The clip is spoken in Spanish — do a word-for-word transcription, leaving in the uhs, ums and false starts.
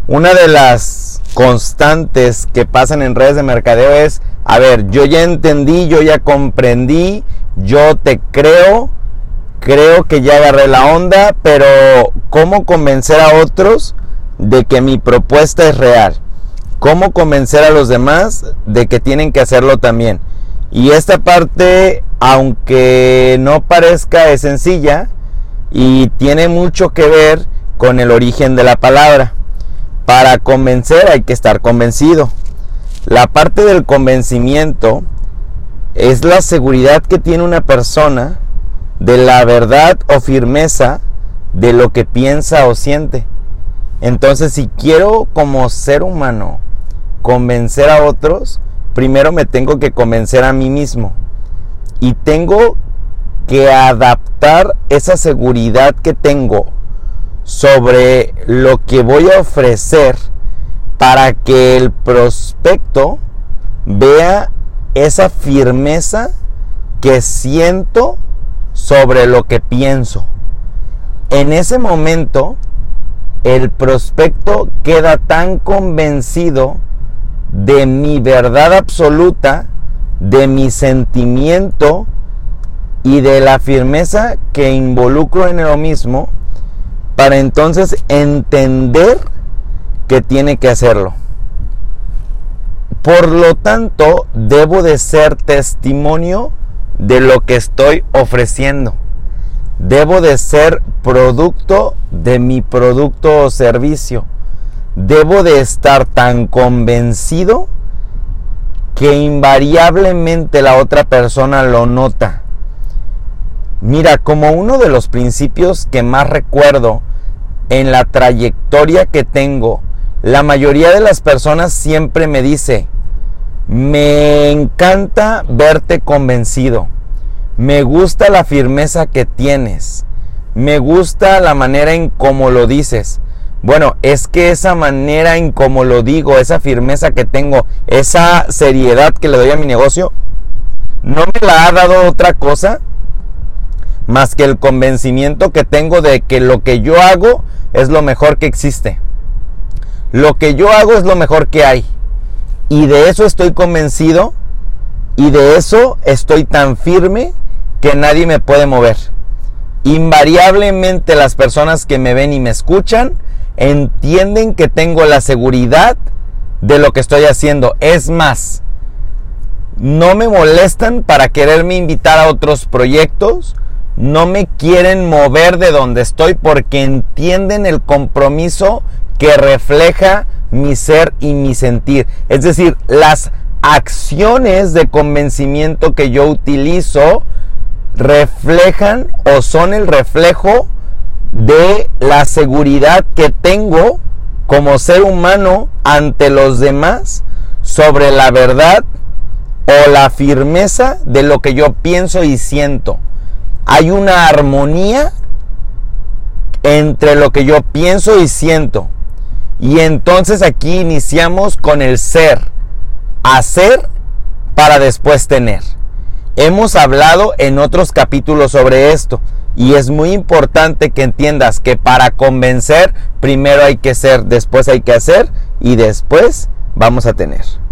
Una de las constantes que pasan en redes de mercadeo es, a ver, yo ya entendí, yo ya comprendí, yo te creo, creo que ya agarré la onda, pero ¿cómo convencer a otros de que mi propuesta es real? ¿Cómo convencer a los demás de que tienen que hacerlo también? Y esta parte, aunque no parezca, es sencilla y tiene mucho que ver con el origen de la palabra. Para convencer hay que estar convencido. La parte del convencimiento es la seguridad que tiene una persona de la verdad o firmeza de lo que piensa o siente. Entonces, si quiero como ser humano convencer a otros, primero me tengo que convencer a mí mismo. Y tengo que adaptar esa seguridad que tengo sobre lo que voy a ofrecer para que el prospecto vea esa firmeza que siento sobre lo que pienso. En ese momento, el prospecto queda tan convencido de mi verdad absoluta, de mi sentimiento y de la firmeza que involucro en lo mismo, para entonces entender que tiene que hacerlo. Por lo tanto, debo de ser testimonio de lo que estoy ofreciendo. Debo de ser producto de mi producto o servicio. Debo de estar tan convencido que invariablemente la otra persona lo nota. Mira, como uno de los principios que más recuerdo en la trayectoria que tengo, la mayoría de las personas siempre me dice: me encanta verte convencido, me gusta la firmeza que tienes, me gusta la manera en cómo lo dices. Bueno, es que esa manera en cómo lo digo, esa firmeza que tengo, esa seriedad que le doy a mi negocio, no me la ha dado otra cosa más que el convencimiento que tengo de que lo que yo hago es lo mejor que existe. Lo que yo hago es lo mejor que hay. Y de eso estoy convencido, y de eso estoy tan firme que nadie me puede mover. Invariablemente las personas que me ven y me escuchan entienden que tengo la seguridad de lo que estoy haciendo. Es más, no me molestan para quererme invitar a otros proyectos. No me quieren mover de donde estoy porque entienden el compromiso que refleja mi ser y mi sentir. Es decir, las acciones de convencimiento que yo utilizo reflejan o son el reflejo de la seguridad que tengo como ser humano ante los demás sobre la verdad o la firmeza de lo que yo pienso y siento. Hay una armonía entre lo que yo pienso y siento. Y entonces aquí iniciamos con el ser, hacer para después tener. Hemos hablado en otros capítulos sobre esto y es muy importante que entiendas que para convencer primero hay que ser, después hay que hacer y después vamos a tener.